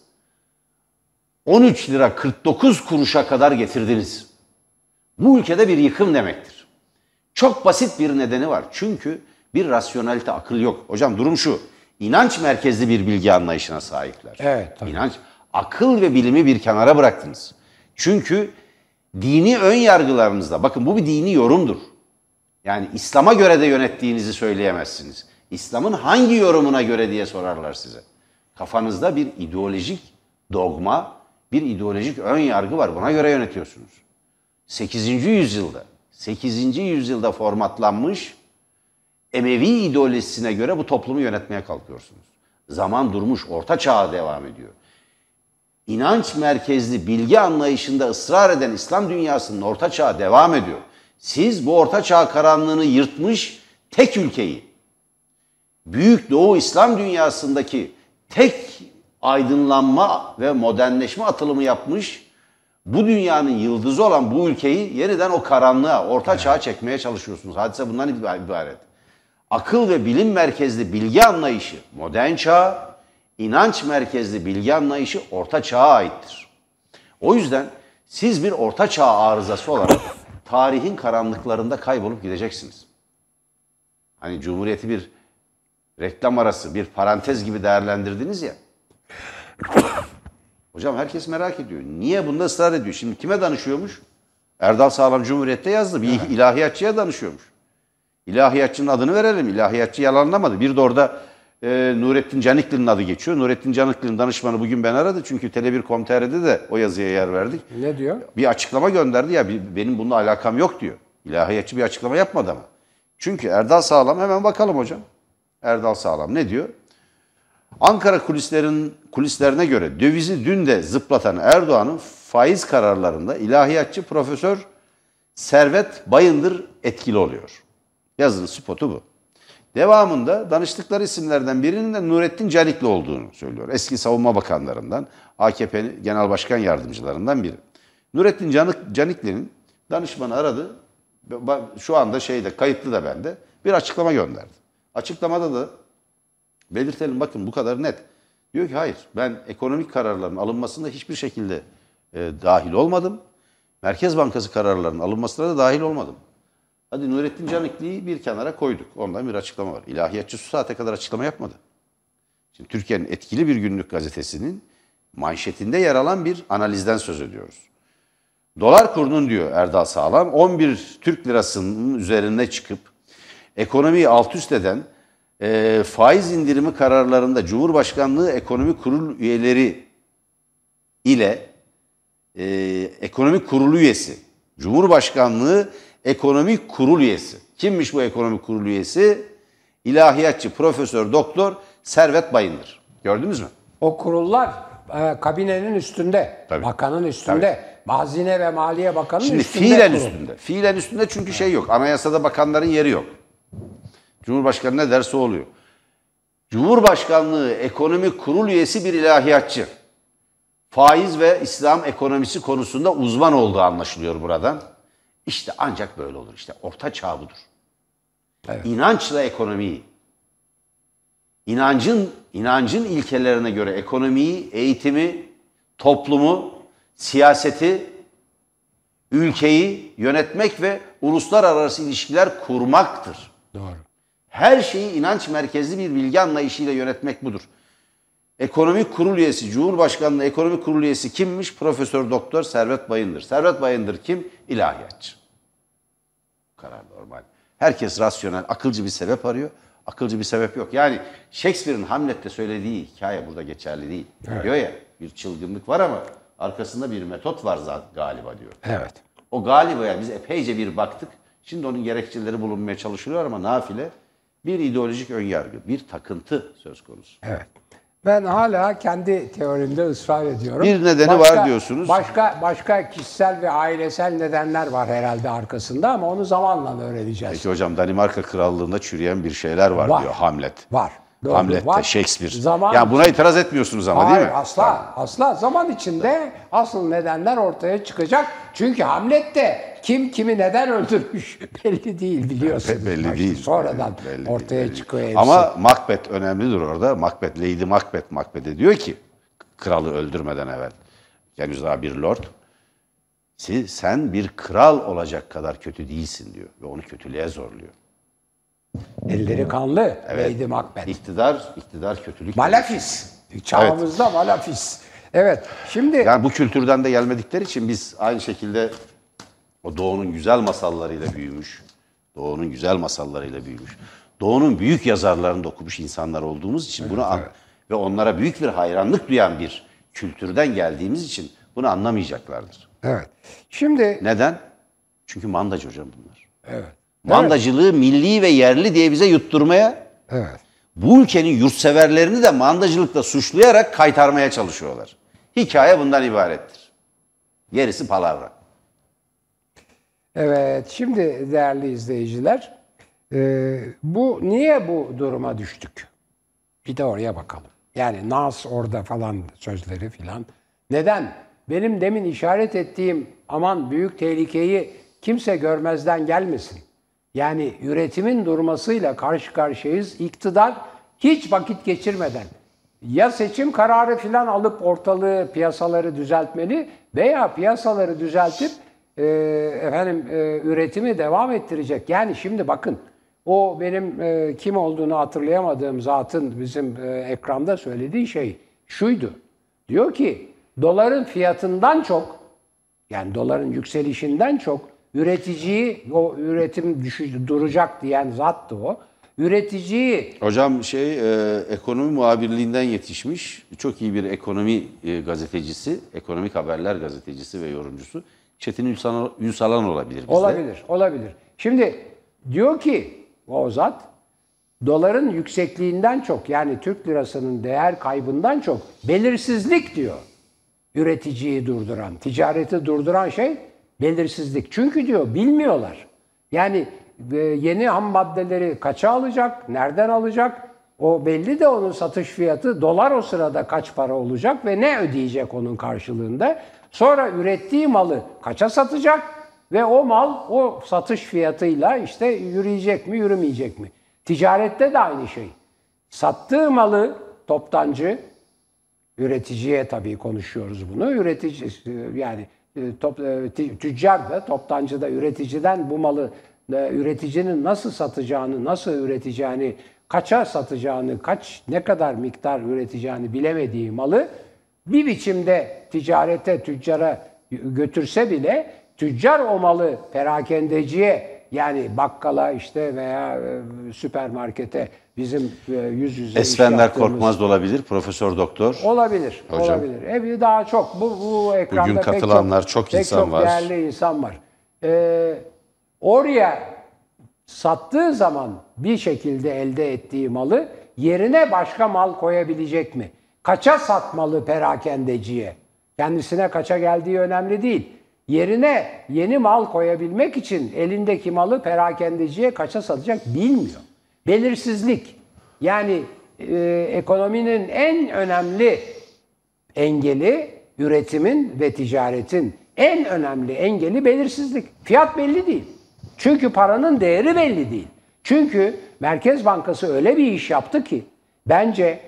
13 lira 49 kuruşa kadar getirdiniz. Bu ülkede bir yıkım demektir. Çok basit bir nedeni var. Çünkü bir rasyonelite, akıl yok. Hocam durum şu, inanç merkezli bir bilgi anlayışına sahipler. Evet, tabii. Akıl ve bilimi bir kenara bıraktınız. Çünkü dini ön yargılarınızda, bakın bu bir dini yorumdur. Yani İslam'a göre de yönettiğinizi söyleyemezsiniz. İslam'ın hangi yorumuna göre diye sorarlar size. Kafanızda bir ideolojik dogma, bir ideolojik ön yargı var. Buna göre yönetiyorsunuz. 8. yüzyılda formatlanmış Emevi ideolojisine göre bu toplumu yönetmeye kalkıyorsunuz. Zaman durmuş, orta çağa devam ediyor. İnanç merkezli bilgi anlayışında ısrar eden İslam dünyasının orta çağı devam ediyor. Siz bu orta çağ karanlığını yırtmış tek ülkeyi, Büyük Doğu İslam dünyasındaki tek aydınlanma ve modernleşme atılımı yapmış, bu dünyanın yıldızı olan bu ülkeyi yeniden o karanlığa, orta çağa çekmeye çalışıyorsunuz. Hadise bundan ibaret. Akıl ve bilim merkezli bilgi anlayışı modern çağ, inanç merkezli bilgi anlayışı orta çağa aittir. O yüzden siz bir orta çağ arızası olarak tarihin karanlıklarında kaybolup gideceksiniz. Hani Cumhuriyeti bir reklam arası, bir parantez gibi değerlendirdiniz ya. Hocam herkes merak ediyor. Niye bunda ısrar ediyor? Şimdi kime danışıyormuş? Erdal Sağlam Cumhuriyet'te yazdı. Bir ilahiyatçıya danışıyormuş. İlahiyatçının adını verelim. İlahiyatçı yalanlamadı. Bir de orada Nurettin Canikli'nin adı geçiyor. Nurettin Canikli'nin danışmanı bugün ben aradı. Çünkü Tele1.com.tr'de de o yazıya yer verdik. Ne diyor? Bir açıklama gönderdi ya, benim bununla alakam yok diyor. İlahiyatçı bir açıklama yapmadı ama. Çünkü Erdal Sağlam, hemen bakalım hocam. Erdal Sağlam ne diyor? Ankara kulislerine göre dövizi dün de zıplatan Erdoğan'ın faiz kararlarında ilahiyatçı Profesör Servet Bayındır etkili oluyor. Yazının spotu bu. Devamında danıştıkları isimlerden birinin de Nurettin Canikli olduğunu söylüyor. Eski savunma bakanlarından, AKP Genel Başkan Yardımcılarından biri. Nurettin Canikli'nin danışmanı aradı. Şu anda kayıtlı da bende. Bir açıklama gönderdi. Açıklamada da belirtelim, bakın bu kadar net. Diyor ki hayır, ben ekonomik kararların alınmasında hiçbir şekilde dahil olmadım. Merkez Bankası kararlarının alınmasına da dahil olmadım. Hadi Nurettin Canikli'yi bir kenara koyduk. Ondan bir açıklama var. İlahiyatçı şu saate kadar açıklama yapmadı. Şimdi Türkiye'nin etkili bir günlük gazetesinin manşetinde yer alan bir analizden söz ediyoruz. Dolar kurunun diyor Erdal Sağlam 11 Türk lirasının üzerine çıkıp ekonomiyi alt üst eden faiz indirimi kararlarında Cumhurbaşkanlığı Ekonomi Kurulu üyeleri ile Ekonomi Kurulu üyesi, Cumhurbaşkanlığı Ekonomi Kurulu üyesi. Kimmiş bu Ekonomi Kurulu üyesi? İlahiyatçı Profesör Doktor Servet Bayındır. Gördünüz mü? O kurullar kabinenin üstünde, tabii, bakanın üstünde, tabii, Hazine ve Maliye Bakanı'nın şimdi üstünde. Fiilen üstünde. Fiilen üstünde çünkü şey yok. Anayasada bakanların yeri yok. Cumhurbaşkanı ne derse oluyor. Cumhurbaşkanlığı Ekonomi Kurulu üyesi bir ilahiyatçı. Faiz ve İslam ekonomisi konusunda uzman olduğu anlaşılıyor buradan. İşte ancak böyle olur. İşte orta çağ budur. Evet. İnançla ekonomiyi, inancın ilkelerine göre ekonomiyi, eğitimi, toplumu, siyaseti, ülkeyi yönetmek ve uluslararası ilişkiler kurmaktır. Doğru. Her şeyi inanç merkezli bir bilgi anlayışıyla yönetmek budur. Ekonomik Kurul üyesi, Cumhurbaşkanlığı Ekonomik Kurul üyesi kimmiş? Profesör Doktor Servet Bayındır. Servet Bayındır kim? İlahiyatçı. Karar normal. Herkes rasyonel, akılcı bir sebep arıyor. Akılcı bir sebep yok. Yani Shakespeare'in Hamlet'te söylediği hikaye burada geçerli değil. Evet. Diyor ya, bir çılgınlık var ama arkasında bir metot var galiba diyor. Evet. O galibaya biz epeyce bir baktık. Şimdi onun gerekçeleri bulunmaya çalışılıyor ama nafile bir ideolojik önyargı, bir takıntı söz konusu. Evet. Ben hala kendi teorimde ısrar ediyorum. Bir nedeni var diyorsunuz. Başka kişisel ve ailesel nedenler var herhalde arkasında ama onu zamanla öğreneceğiz. Peki hocam, Danimarka Krallığı'nda çürüyen bir şeyler var diyor Hamlet. Var. Doğru, Hamlet'te var. Shakespeare. Ya buna itiraz etmiyorsunuz ama değil mi? Hayır, asla. Zaman içinde asıl nedenler ortaya çıkacak. Çünkü Hamlet'te kim kimi neden öldürmüş belli değil, biliyorsunuz. Belli değil. Sonradan belli ortaya değil. çıkıyor hepsi. Ama Macbeth önemlidir orada. Lady Macbeth'e diyor ki kralı öldürmeden evvel, henüz daha bir lord, sen bir kral olacak kadar kötü değilsin diyor ve onu kötülüğe zorluyor. Elleri kanlı, evet. Lady Macbeth. İktidar kötülük. Malafis. Çağımızda evet. Malafis. Evet. Şimdi yani bu kültürden de gelmedikleri için biz aynı şekilde o Doğu'nun güzel masallarıyla büyümüş. Doğu'nun büyük yazarlarını da okumuş insanlar olduğumuz için evet, bunu ve onlara büyük bir hayranlık duyan bir kültürden geldiğimiz için bunu anlamayacaklardır. Evet. Şimdi neden? Çünkü mandacı hocam bunlar. Evet. Mandacılığı milli ve yerli diye bize yutturmaya, evet, bu ülkenin yurtseverlerini de mandacılıkla suçlayarak kaytarmaya çalışıyorlar. Hikaye bundan ibarettir. Gerisi palavra. Evet, şimdi değerli izleyiciler, niye bu duruma düştük? Bir de oraya bakalım. Yani nas orada falan sözleri filan. Neden? Benim demin işaret ettiğim aman büyük tehlikeyi kimse görmezden gelmesin. Yani üretimin durmasıyla karşı karşıyayız. İktidar hiç vakit geçirmeden ya seçim kararı filan alıp ortalığı, piyasaları düzeltmeli veya piyasaları düzeltip üretimi devam ettirecek. Yani şimdi bakın, o benim kim olduğunu hatırlayamadığım zatın bizim ekranda söylediği şey şuydu. Diyor ki doların fiyatından çok, yani doların yükselişinden çok üreticiyi, o üretim duracak diyen zattı o. Üreticiyi... Hocam ekonomi muhabirliğinden yetişmiş, çok iyi bir ekonomi gazetecisi, ekonomik haberler gazetecisi ve yorumcusu Çetin Ünsalan olabilir bizde. Olabilir. Şimdi diyor ki o zat, doların yüksekliğinden çok, yani Türk lirasının değer kaybından çok belirsizlik diyor. Üreticiyi durduran, ticareti durduran şey belirsizlik. Çünkü diyor bilmiyorlar. Yani yeni ham maddeleri kaça alacak, nereden alacak? O belli de onun satış fiyatı, dolar o sırada kaç para olacak ve ne ödeyecek onun karşılığında? Sonra ürettiği malı kaça satacak ve o mal o satış fiyatıyla işte yürüyecek mi, yürümeyecek mi? Ticarette de aynı şey. Sattığı malı toptancı, üreticiye tabii konuşuyoruz bunu. Üretici yani tüccar da, toptancı da üreticiden bu malı üreticinin nasıl satacağını, nasıl üreteceğini, kaça satacağını, ne kadar miktar üreteceğini bilemediği malı bir biçimde ticarete, tüccara götürse bile tüccar o malı perakendeciye, yani bakkala işte veya süpermarkete, bizim yüz yüze Esfender Korkmaz da olabilir, Profesör Doktor. Olabilir, hocam. Olabilir. Daha çok bu ekranda bugün katılanlar çok insan var. Değerli insan var. Oraya sattığı zaman bir şekilde elde ettiği malı yerine başka mal koyabilecek mi? Kaça satmalı perakendeciye? Kendisine kaça geldiği önemli değil. Yerine yeni mal koyabilmek için elindeki malı perakendeciye kaça satacak bilmiyor. Belirsizlik. Yani ekonominin en önemli engeli, üretimin ve ticaretin en önemli engeli belirsizlik. Fiyat belli değil. Çünkü paranın değeri belli değil. Çünkü Merkez Bankası öyle bir iş yaptı ki bence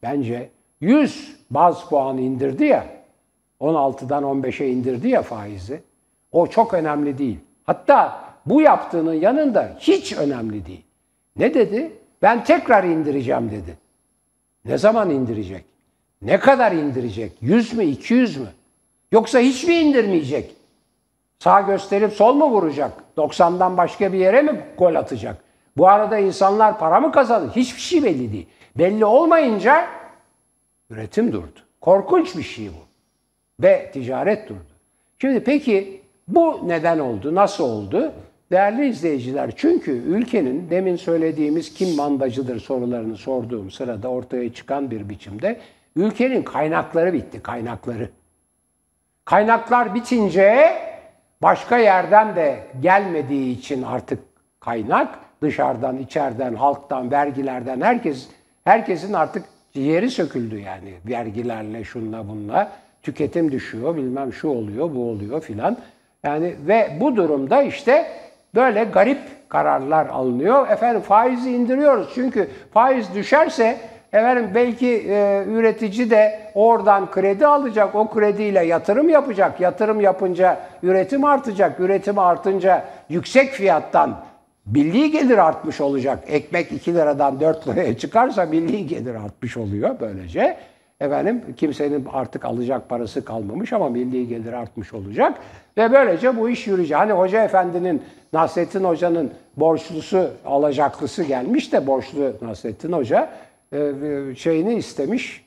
100 baz puan indirdi ya, 16'dan 15'e indirdi ya faizi. O çok önemli değil. Hatta bu yaptığının yanında hiç önemli değil. Ne dedi? Ben tekrar indireceğim dedi. Ne zaman indirecek? Ne kadar indirecek? 100 mü, 200 mü? Yoksa hiç mi indirmeyecek? Sağ gösterip sol mu vuracak? 90'dan başka bir yere mi gol atacak? Bu arada insanlar para mı kazanır? Hiçbir şey belli değil. Belli olmayınca üretim durdu. Korkunç bir şey bu. Ve ticaret durdu. Şimdi peki bu neden oldu? Nasıl oldu? Değerli izleyiciler, çünkü ülkenin demin söylediğimiz kim mandacıdır sorularını sorduğum sırada ortaya çıkan bir biçimde ülkenin kaynakları bitti, kaynakları. Kaynaklar bitince başka yerden de gelmediği için artık kaynak dışarıdan, içeriden, halktan, vergilerden herkesin artık ciğeri söküldü yani. Vergilerle, şunla bunla tüketim düşüyor, bilmem şu oluyor, bu oluyor filan. Yani ve bu durumda işte böyle garip kararlar alınıyor. Efendim faizi indiriyoruz çünkü faiz düşerse efendim belki üretici de oradan kredi alacak, o krediyle yatırım yapacak. Yatırım yapınca üretim artacak, üretim artınca yüksek fiyattan milli gelir artmış olacak. Ekmek 2 liradan 4 liraya çıkarsa milli gelir artmış oluyor böylece. Efendim kimsenin artık alacak parası kalmamış ama milli gelir artmış olacak. Ve böylece bu iş yürüyecek. Hani Hoca Efendi'nin, Nasrettin Hoca'nın borçlusu, alacaklısı gelmiş de borçlu Nasrettin Hoca şeyini istemiş,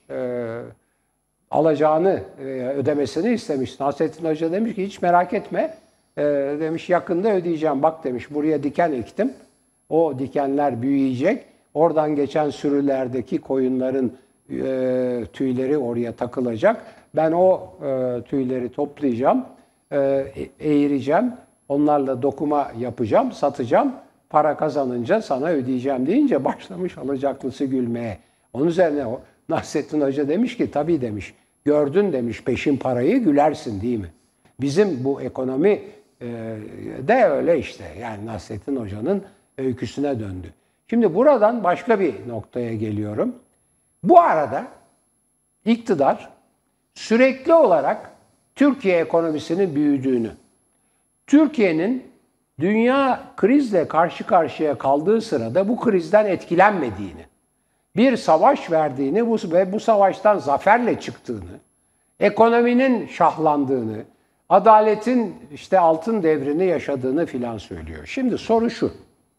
alacağını ödemesini istemiş. Nasrettin Hoca demiş ki hiç merak etme. Demiş yakında ödeyeceğim. Bak demiş buraya diken ektim. O dikenler büyüyecek. Oradan geçen sürülerdeki koyunların tüyleri oraya takılacak. Ben o tüyleri toplayacağım, eğireceğim. Onlarla dokuma yapacağım, satacağım. Para kazanınca sana ödeyeceğim deyince başlamış alacaklısı gülmeye. Onun üzerine Nasrettin Hoca demiş ki tabii demiş. Gördün demiş peşin parayı gülersin değil mi? Bizim bu ekonomi de öyle işte. Yani Nasrettin Hoca'nın öyküsüne döndü. Şimdi buradan başka bir noktaya geliyorum. Bu arada iktidar sürekli olarak Türkiye ekonomisinin büyüdüğünü, Türkiye'nin dünya krizle karşı karşıya kaldığı sırada bu krizden etkilenmediğini, bir savaş verdiğini ve bu savaştan zaferle çıktığını, ekonominin şahlandığını, adaletin işte altın devrini yaşadığını filan söylüyor. Şimdi soru şu.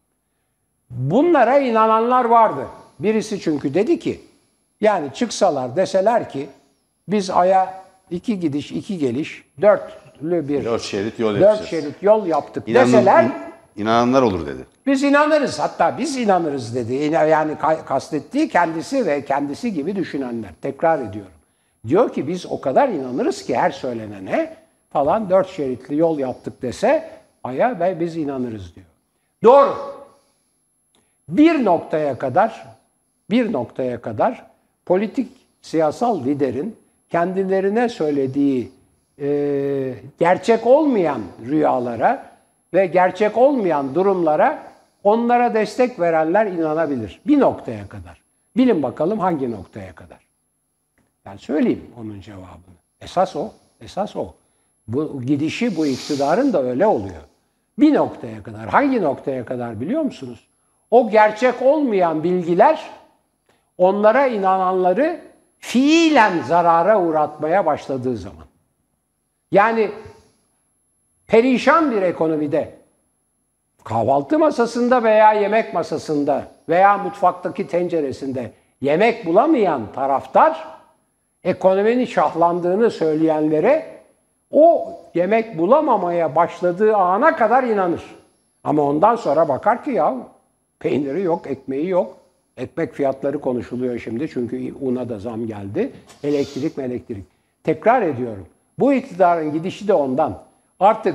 Bunlara inananlar vardı. Birisi çünkü dedi ki, yani çıksalar deseler ki biz Ay'a 2 gidiş 2 geliş 4 şerit yol yaptık deseler inananlar olur dedi. Biz inanırız, hatta biz inanırız dedi. Yani kastettiği kendisi ve kendisi gibi düşünenler. Tekrar ediyorum. Diyor ki biz o kadar inanırız ki her söylenene falan 4 şeritli yol yaptık dese aya ve biz inanırız diyor. Doğru. Bir noktaya kadar politik siyasal liderin kendilerine söylediği gerçek olmayan rüyalara ve gerçek olmayan durumlara onlara destek verenler inanabilir. Bir noktaya kadar. Bilin bakalım hangi noktaya kadar. Ben söyleyeyim onun cevabını. Esas o. Esas o. Bu gidişi bu iktidarın da öyle oluyor. Bir noktaya kadar. Hangi noktaya kadar biliyor musunuz? O gerçek olmayan bilgiler onlara inananları fiilen zarara uğratmaya başladığı zaman. Yani perişan bir ekonomide kahvaltı masasında veya yemek masasında veya mutfaktaki tenceresinde yemek bulamayan taraftar ekonominin şahlandığını söyleyenlere o yemek bulamamaya başladığı ana kadar inanır. Ama ondan sonra bakar ki ya peyniri yok, ekmeği yok. Ekmek fiyatları konuşuluyor şimdi çünkü una da zam geldi. Elektrik. Tekrar ediyorum. Bu iktidarın gidişi de ondan. Artık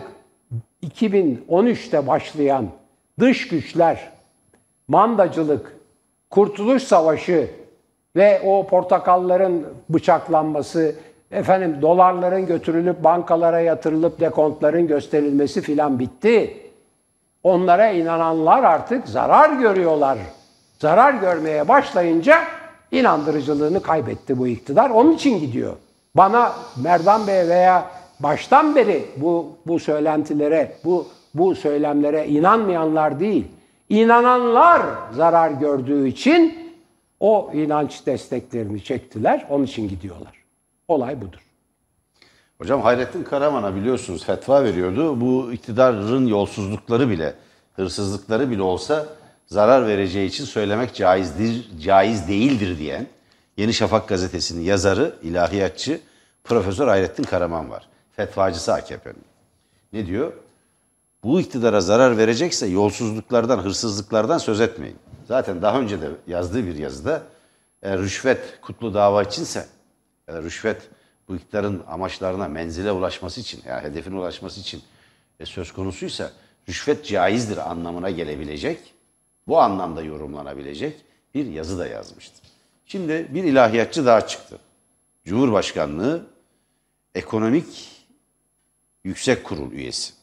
2013'te başlayan dış güçler, mandacılık, Kurtuluş Savaşı ve o portakalların bıçaklanması, dolarların götürülüp bankalara yatırılıp dekontların gösterilmesi filan bitti. Onlara inananlar artık zarar görüyorlar. Zarar görmeye başlayınca inandırıcılığını kaybetti bu iktidar. Onun için gidiyor. Bana Merdan Bey veya baştan beri bu söylentilere, bu söylemlere inanmayanlar değil, inananlar zarar gördüğü için o inanç desteklerini çektiler. Onun için gidiyorlar. Olay budur. Hocam Hayrettin Karaman'a biliyorsunuz fetva veriyordu. Bu iktidarın yolsuzlukları bile, hırsızlıkları bile olsa zarar vereceği için söylemek caiz değildir diyen Yeni Şafak gazetesinin yazarı, ilahiyatçı Profesör Hayrettin Karaman var. Fetvacısı AKP'nin. Ne diyor? Bu iktidara zarar verecekse yolsuzluklardan, hırsızlıklardan söz etmeyin. Zaten daha önce de yazdığı bir yazıda rüşvet kutlu dava içinse, rüşvet bu iktidarın amaçlarına, menzile ulaşması için, yani hedefine ulaşması için söz konusuysa rüşvet caizdir anlamına gelebilecek, bu anlamda yorumlanabilecek bir yazı da yazmıştır. Şimdi bir ilahiyatçı daha çıktı. Cumhurbaşkanlığı Ekonomik Yüksek Kurul üyesi.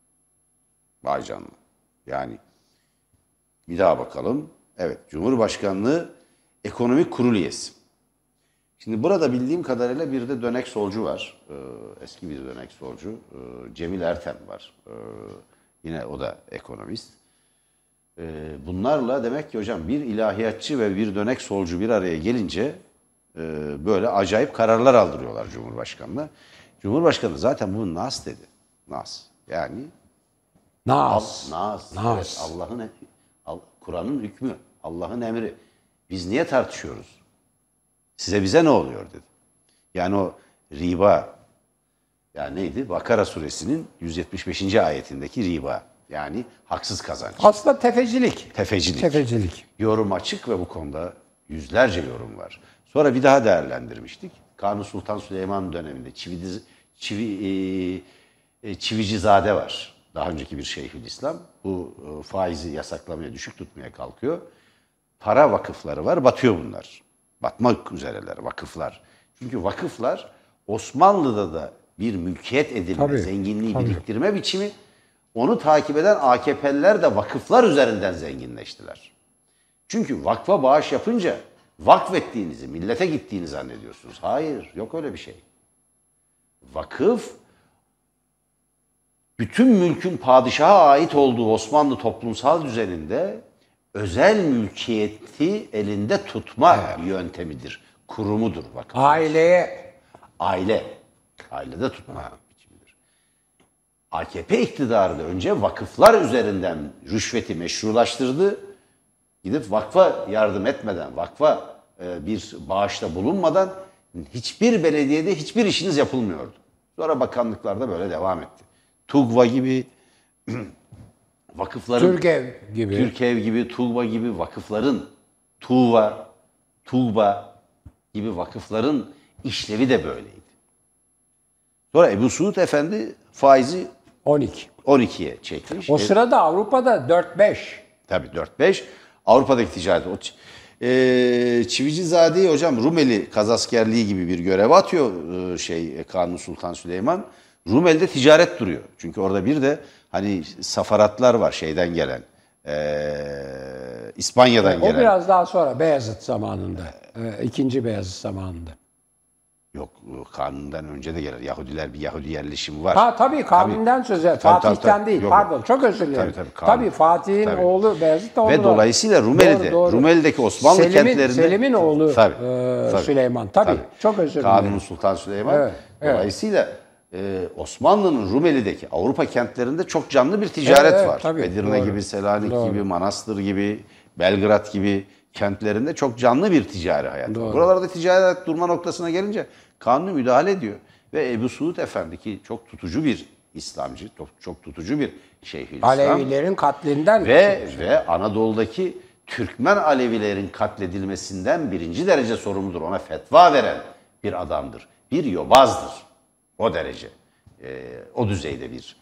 Vay canına. Yani bir daha bakalım. Evet, Cumhurbaşkanlığı Ekonomik Kurul üyesi. Şimdi burada bildiğim kadarıyla bir de dönek solcu var. Eski bir dönek solcu. Cemil Ertem var. Yine o da ekonomist. Bunlarla demek ki hocam bir ilahiyatçı ve bir dönek solcu bir araya gelince böyle acayip kararlar aldırıyorlar Cumhurbaşkanı'na. Cumhurbaşkanı zaten bunu nas dedi. Nas. Yani Nas. Evet, Allah'ın Kur'an'ın hükmü, Allah'ın emri. Biz niye tartışıyoruz? Bize ne oluyor dedi. Yani o riba, yani neydi? Bakara suresinin 175. ayetindeki riba. Yani haksız kazanç. Aslında tefecilik. Tefecilik. Yorum açık ve bu konuda yüzlerce yorum var. Sonra bir daha değerlendirmiştik. Kanuni Sultan Süleyman döneminde Çivicizade var. Daha önceki bir Şeyhülislam. Bu faizi yasaklamaya, düşük tutmaya kalkıyor. Para vakıfları var, batıyor bunlar. Batmak üzereler vakıflar. Çünkü vakıflar Osmanlı'da da bir mülkiyet edinme, zenginliği biriktirme biçimi. Onu takip eden AKP'liler de vakıflar üzerinden zenginleştiler. Çünkü vakfa bağış yapınca vakfettiğinizi, millete gittiğini zannediyorsunuz. Hayır, yok öyle bir şey. Vakıf, bütün mülkün padişaha ait olduğu Osmanlı toplumsal düzeninde özel mülkiyeti elinde tutma yöntemidir, kurumudur vakıf. Ailede tutma biçimidir. AKP iktidarı da önce vakıflar üzerinden rüşveti meşrulaştırdı. Gidip vakfa yardım etmeden, vakfa bir bağışta bulunmadan hiçbir belediyede hiçbir işiniz yapılmıyordu. Sonra bakanlıklarda böyle devam etti. TUGVA gibi, vakıfların, Türkev gibi. Türkev gibi, Tuğba gibi vakıfların, Tuğba gibi vakıfların işlevi de böyleydi. Sonra Ebu Suud Efendi faizi 12'ye çekmiş. O sırada Avrupa'da 4-5. Tabii 4-5. Avrupa'daki ticaret. Çivicizade'yi hocam Rumeli kazaskerliği gibi bir göreve atıyor Kanuni Sultan Süleyman. Rumeli'de ticaret duruyor. Çünkü orada bir de hani safaratlar var şeyden gelen. İspanya'dan gelen. O biraz daha sonra Beyazıt zamanında. İkinci Beyazıt zamanında. Yok, Kanun'dan önce de gelir. Yahudiler, bir Yahudi yerleşimi var. Ha tabii Kanun'dan söz et. Fatih'ten değil. Yok. Pardon. Çok özür dilerim. Tabii, Fatih'in oğlu Beyazıt da ve dolayısıyla Rumeli'de, doğru. Rumeli'deki Osmanlı kentlerinde Selim'in oğlu Süleyman. Tabii. Çok özür dilerim. Kanuni Sultan Süleyman. Evet. Dolayısıyla Osmanlı'nın Rumeli'deki Avrupa kentlerinde çok canlı bir ticaret var. Tabii, Edirne gibi, Selanik gibi, Manastır gibi, Belgrad gibi kentlerinde çok canlı bir ticari hayat var. Buralarda ticaret durma noktasına gelince Kanuni müdahale ediyor. Ve Ebu Suud Efendi ki çok tutucu bir İslamcı, çok tutucu bir Şeyhülislam. Alevilerin katlinden. Ve Anadolu'daki Türkmen Alevilerin katledilmesinden birinci derece sorumludur. Ona fetva veren bir adamdır. Bir yobazdır. O derece. O düzeyde bir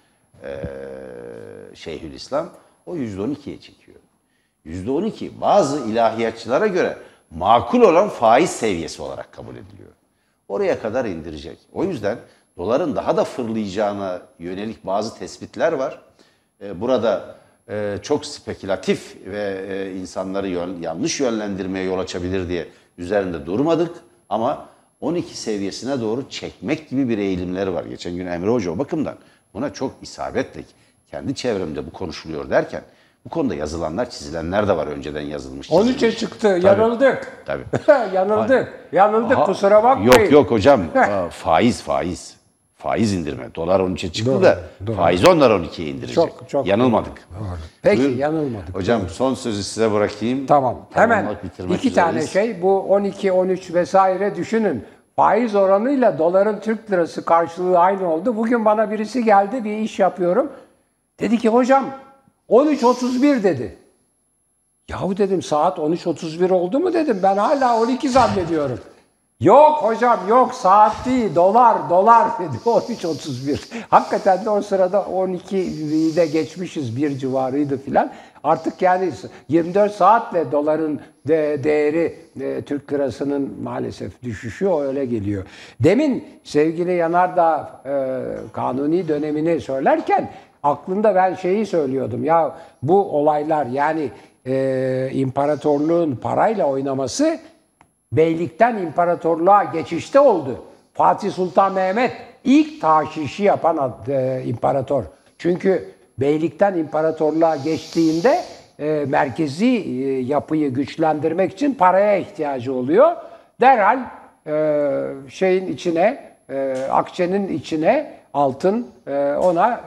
Şeyhülislam. O %12'ye çekiyor. %12 bazı ilahiyatçılara göre makul olan faiz seviyesi olarak kabul ediliyor. Oraya kadar indirecek. O yüzden doların daha da fırlayacağına yönelik bazı tespitler var. Burada çok spekülatif ve insanları yanlış yönlendirmeye yol açabilir diye üzerinde durmadık. Ama 12 seviyesine doğru çekmek gibi bir eğilimleri var. Geçen gün Emre Hoca o bakımdan buna çok isabetle kendi çevremde bu konuşuluyor derken bu konuda yazılanlar, çizilenler de var önceden yazılmış. 13'e çıktı. Yanıldık. Tabii. Yanıldık. Kusura bakmayın. Yok hocam. Faiz indirme. Dolar 13'e çıktı da faiz onlar 12'ye indirecek. Çok yanılmadık. Doğru. Peki Buyurun. yanılmadık. Hocam son sözü size bırakayım. Tamam. Hemen Bitirmek iki tane üzereyiz. şey. Bu 12, 13 vesaire düşünün. Faiz oranıyla doların Türk lirası karşılığı aynı oldu. Bugün bana birisi geldi, bir iş yapıyorum. Dedi ki hocam 13.31 dedi. Yahu dedim saat 13.31 oldu mu dedim. Ben hala 12 zannediyorum. Yok hocam yok saat değil dolar dedi 13.31. Hakikaten de o sırada 12'yi de geçmişiz bir civarıydı filan. Artık yani 24 saatle doların değeri Türk lirasının maalesef düşüşü o öyle geliyor. Demin sevgili Yanardağ Kanuni dönemini söylerken aklında ben şeyi söylüyordum. Ya bu olaylar yani imparatorluğun parayla oynaması beylikten imparatorluğa geçişte oldu. Fatih Sultan Mehmet ilk taşişi yapan imparator. Çünkü beylikten imparatorluğa geçtiğinde merkezi yapıyı güçlendirmek için paraya ihtiyacı oluyor. Derhal şeyin içine, akçenin içine altın ona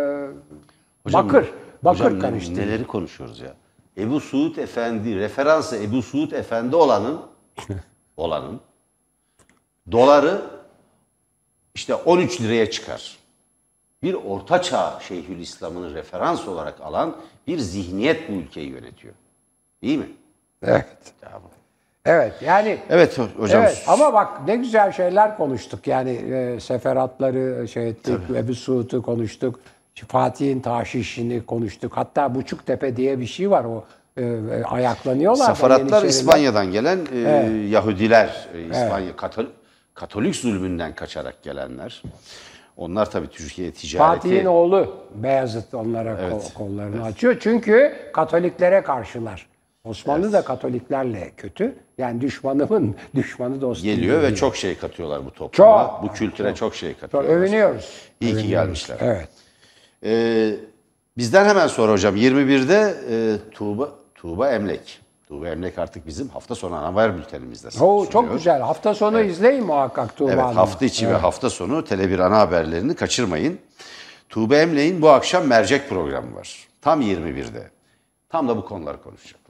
bakır karıştırıyor. Neleri konuşuyoruz ya? Ebu Suud Efendi, referansı Ebu Suud Efendi olanın doları işte 13 liraya çıkar. Bir ortaçağ Şeyhülislam'ını referans olarak alan bir zihniyet bu ülkeyi yönetiyor. Değil mi? Evet. Evet yani. Evet hocam. Evet, ama bak ne güzel şeyler konuştuk. Yani seferatları şey ettik, Ebu Suud'u konuştuk. Fatih'in taşişini konuştuk. Hatta Buçuktepe diye bir şey var o. Ayaklanıyorlar. Safaratlar İspanya'dan gelen Yahudiler, İspanya Katolik zulmünden kaçarak gelenler. Onlar tabii Türkiye ticareti. Fatih'in oğlu Beyazıt onlara kollarını açıyor. Çünkü Katoliklere karşılar. Osmanlı da Katoliklerle kötü. Yani düşmanı dostu. Geliyor ve çok şey katıyorlar bu topluma. Bu kültüre çok şey katıyorlar. Övünüyoruz. İyi ki gelmişler. Evet. Bizden hemen sonra hocam 21'de Tuğba Emlek. Tuğba Emlek artık bizim hafta sonu ana haber bültenimizde. Çok güzel. Hafta sonu izleyin muhakkak Tuğba Evet, Hanım. hafta içi ve hafta sonu Tele1 ana haberlerini kaçırmayın. Tuğba Emlek'in bu akşam mercek programı var. Tam 21'de. Tam da bu konuları konuşacaklar.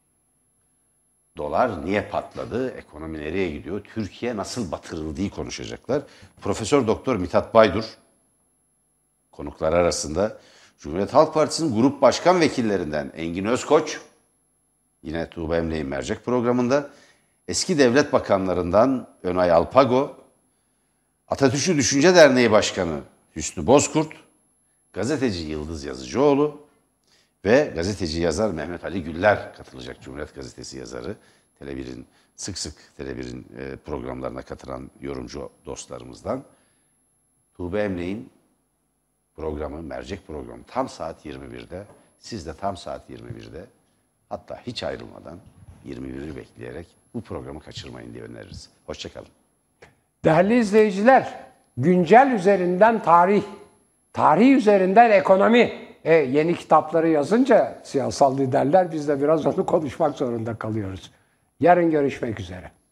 Dolar niye patladı? Ekonomi nereye gidiyor? Türkiye nasıl batırıldığı konuşacaklar. Profesör Doktor Mithat Baydur konuklar arasında Cumhuriyet Halk Partisi'nin grup başkan vekillerinden Engin Özkoç, yine Tuğba Emre'nin mercek programında, eski devlet bakanlarından Önay Alpago, Atatürkçü Düşünce Derneği Başkanı Hüsnü Bozkurt, gazeteci Yıldız Yazıcıoğlu ve gazeteci yazar Mehmet Ali Güller katılacak. Cumhuriyet Gazetesi yazarı, Tele1'in sık sık Tele1'in programlarına katılan yorumcu dostlarımızdan. Tuğba Emre'nin programı, mercek programı tam saat 21'de. Siz de tam saat 21'de, hatta hiç ayrılmadan 21'i bekleyerek bu programı kaçırmayın diye öneririz. Hoşçakalın. Değerli izleyiciler, güncel üzerinden tarih, tarih üzerinden ekonomi. Yeni kitapları yazınca siyasal liderler biz de biraz onu konuşmak zorunda kalıyoruz. Yarın görüşmek üzere.